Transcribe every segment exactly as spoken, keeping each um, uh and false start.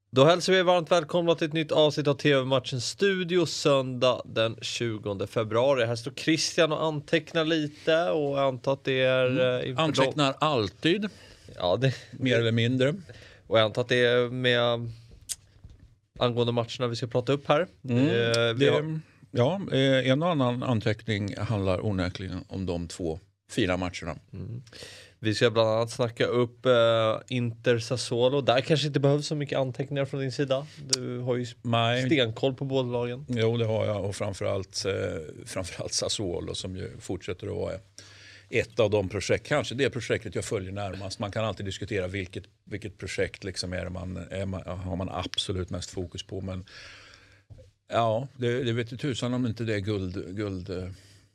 Då hälsar vi varmt välkomna till ett nytt avsnitt av T V-matchen Studio söndag den tjugonde februari. Här står Christian och antecknar lite och jag antar att det är... Mm. Antecknar dem. Alltid. Ja, det... Mer eller mindre. Och jag antar att det är med angående matcherna vi ska prata upp här. Mm. Eh, vi har... det, ja, en och annan anteckning handlar onekligen om de två fina matcherna. Mm. Vi ska bland annat snacka upp uh, Inter Sassuolo. Där kanske inte behövs så mycket anteckningar från din sida. Du har ju Nej. stenkoll på båda lagen. Jo, det har jag. Och framförallt, eh, framförallt Sassuolo som ju fortsätter att vara ett av de projekt. Kanske det projektet jag följer närmast. Man kan alltid diskutera vilket, vilket projekt liksom är man, är man, har man absolut mest fokus på. Men ja, det, det vet ju tusan om inte det är guld... guld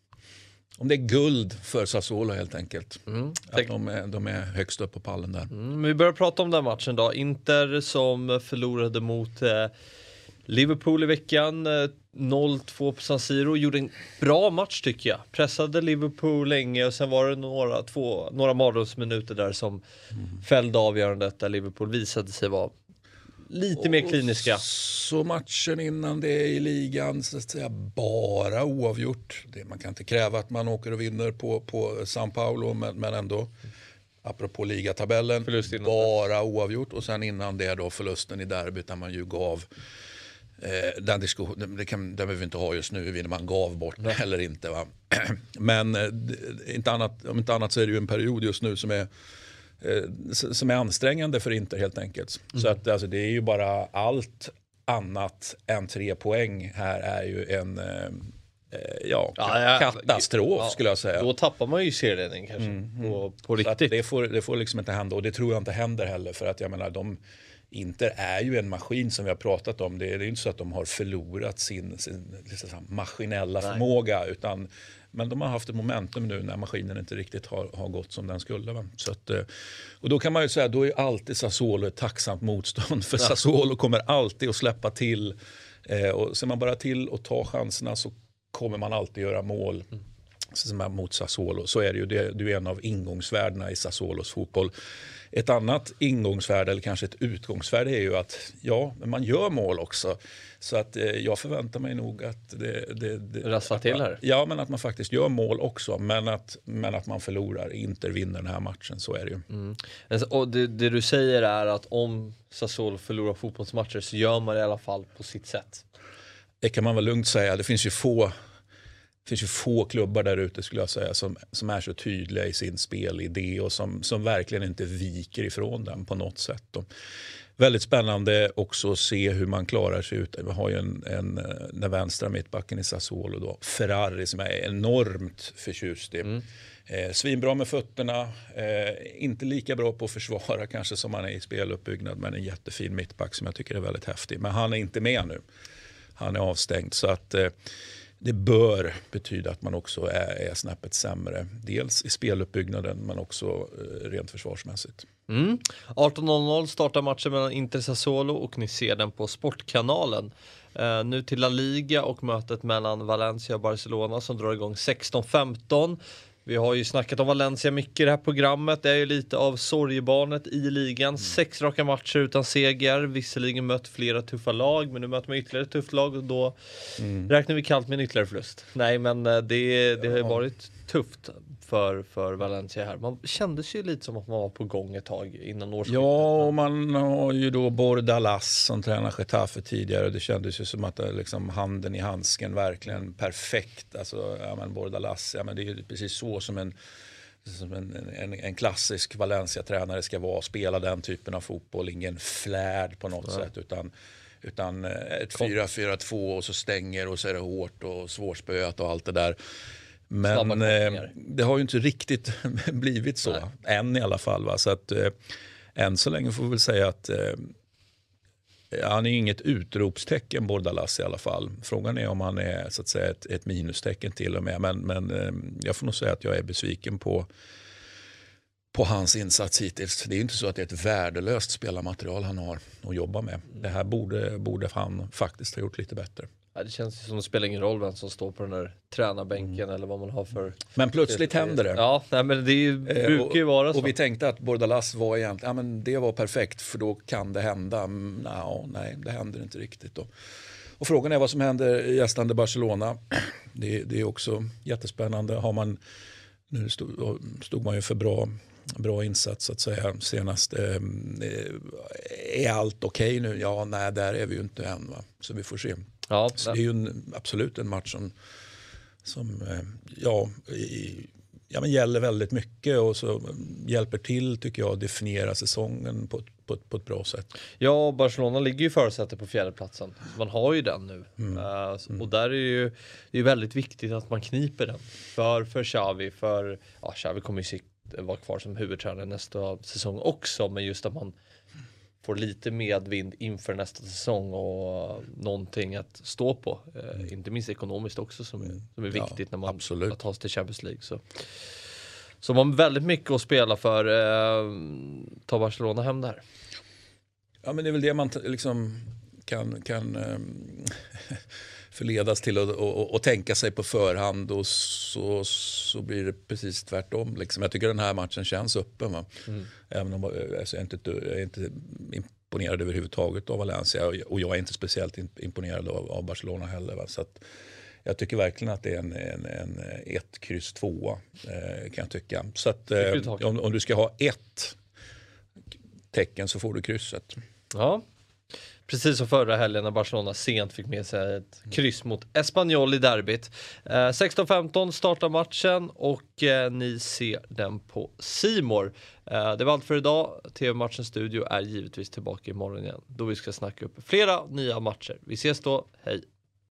Om det är guld för Sassuolo helt enkelt. Mm. Att de är, de är högst upp på pallen där. Mm, vi börjar prata om den matchen då. Inter som förlorade mot eh, Liverpool i veckan. Eh, noll två på San Siro. Gjorde en bra match tycker jag. Pressade Liverpool länge och sen var det några, två, några mardrömsminuter där som mm. fällde avgörandet där Liverpool visade sig vara lite mer kliniska. Så matchen innan det i ligan så att säga bara oavgjort. Det, man kan inte kräva att man åker och vinner på, på São Paulo men, men ändå apropå ligatabellen bara oavgjort och sen innan det då förlusten i derbyt där man ju gav eh, den diskussionen, det kan det behöver vi inte ha just nu vinner man gav bort Nej. eller inte va. Men eh, inte annat, om inte annat så är det ju en period just nu som är som är ansträngande för Inter helt enkelt. Mm. Så att alltså, det är ju bara allt annat än tre poäng här är ju en eh, ja, ja, ja, katastrof ja, skulle jag säga. Då tappar man ju serieledning kanske mm. på, på riktigt. Det får, det får liksom inte hända och det tror jag inte händer heller för att jag menar de Inter är ju en maskin som vi har pratat om. Det är, det är inte så att de har förlorat sin, sin liksom, maskinella Nej. förmåga utan men de har haft ett momentum nu när maskinen inte riktigt har, har gått som den skulle. Va? Så att, och då kan man ju säga då är alltid Sassuolo ett tacksamt motstånd. För ja. Sassuolo kommer alltid att släppa till. Eh, och ser man bara till och ta chanserna så kommer man alltid göra mål. Mm. Som är mot Sassuolo. Så är det ju. Det, det är en av ingångsvärdena i Sassuolos fotboll. Ett annat ingångsvärde eller kanske ett utgångsvärde är ju att ja, men man gör mål också. Så att eh, jag förväntar mig nog att det... det, det Rassar till här. Ja, men att man faktiskt gör mål också. Men att, men att man förlorar, inte vinner den här matchen, så är det ju. Mm. Och det, det du säger är att om Sassuolo förlorar fotbollsmatcher så gör man det i alla fall på sitt sätt. Det kan man väl lugnt säga. Det finns ju få... Det finns ju få klubbar där ute skulle jag säga som, som är så tydliga i sin spelidé och som, som verkligen inte viker ifrån den på något sätt. Och väldigt spännande också att se hur man klarar sig ut. Vi har ju en, en den vänstra mittbacken i Sassuolo då, Ferrari som är enormt förtjust i. Mm. Eh, svinbra med fötterna, eh, inte lika bra på att försvara kanske som han är i speluppbyggnad men en jättefin mittback som jag tycker är väldigt häftig. Men han är inte med nu. Han är avstängd så att... Eh, Det bör betyda att man också är, är snäppet sämre. Dels i speluppbyggnaden men också eh, rent försvarsmässigt. Mm. arton noll noll startar matchen mellan Inter Sassuolo och ni ser den på Sportkanalen. Uh, nu till La Liga och mötet mellan Valencia och Barcelona som drar igång sexton femton. Vi har ju snackat om Valencia mycket i det här programmet. Det är ju lite av sorgebarnet i ligan. Mm. Sex raka matcher utan seger. Visserligen mött flera tuffa lag. Men nu möter man ytterligare ett tufft lag. Och då mm. räknar vi kallt med en ytterligare förlust. Nej, men det, det har ju varit tufft för, för Valencia här. Man kändes ju lite som att man var på gång ett tag innan årsskiftet. Ja, och man har ju då Bordalas som tränar Getafe tidigare. Det kändes ju som att det liksom handen i handsken verkligen perfekt. Alltså, ja men Bordalas, ja men det är ju precis så som en, som en, en, en klassisk Valencia-tränare ska vara. Spela den typen av fotboll, ingen flärd på något ja. sätt utan... Utan ett fyra fyra två och så stänger och så är det hårt och svårspöat och allt det där. Men eh, det har ju inte riktigt blivit så. Nej. Än i alla fall. Va? Så att eh, än så länge får vi väl säga att eh, han är inget utropstecken Bordalas i alla fall. Frågan är om han är så att säga ett, ett minustecken till och med. Men, men eh, jag får nog säga att jag är besviken på på hans insats hittills. Det är ju inte så att det är ett värdelöst spelarmaterial han har att jobba med. Det här borde, borde han faktiskt ha gjort lite bättre. Ja, det känns som att det spelar ingen roll vem som står på den där tränarbänken mm. eller vad man har för... Men plötsligt det, händer det. Ja, nej, men det är ju, brukar ju vara så. Och vi tänkte att Bordalas var egentligen, ja men det var perfekt för då kan det hända. No, nej, det händer inte riktigt då. Och frågan är vad som händer i gästande Barcelona. Det, det är också jättespännande. Har man, nu stod, stod man ju för bra, bra insats så att säga senast. Eh, är allt okej okay nu? Ja, nej, där är vi ju inte än va. Så vi får se. Ja, så det är ju en, absolut en match som, som ja, i, ja, men gäller väldigt mycket och så hjälper till tycker jag att definiera säsongen på, på, på ett bra sätt. Ja, Barcelona ligger ju förutsätter på fjärdeplatsen. Man har ju den nu. Mm. Uh, mm. Och där är ju det är väldigt viktigt att man kniper den. För, för Xavi, för ja, Xavi kommer ju vara kvar som huvudtränare nästa säsong också, men just att man får lite medvind inför nästa säsong och någonting att stå på. Eh, inte minst ekonomiskt också som är, som är viktigt ja, när man absolut. tar sig till Champions League. Så. så man har väldigt mycket att spela för. Eh, tar Barcelona hem där? Ja, men det är väl det man t- liksom kan, kan um, förledas till att och, och tänka sig på förhand och så, så blir det precis tvärtom. Liksom. Jag tycker den här matchen känns öppen. Va? Mm. Även om alltså, jag, är inte, jag är inte imponerad överhuvudtaget av Valencia och jag är inte speciellt imponerad av, av Barcelona heller. Va? Så att jag tycker verkligen att det är en, en, en ett kryss tvåa eh, kan jag tycka. Så att eh, om, om du ska ha ett tecken så får du krysset. Ja. Precis som förra helgen när Barcelona sent fick med sig ett kryss mot Espanyol i derbyt. Eh, sexton femton startar matchen och eh, ni ser den på C More. Eh, det var allt för idag. T V-matchens studio är givetvis tillbaka imorgon igen. Då vi ska snacka upp flera nya matcher. Vi ses då. Hej!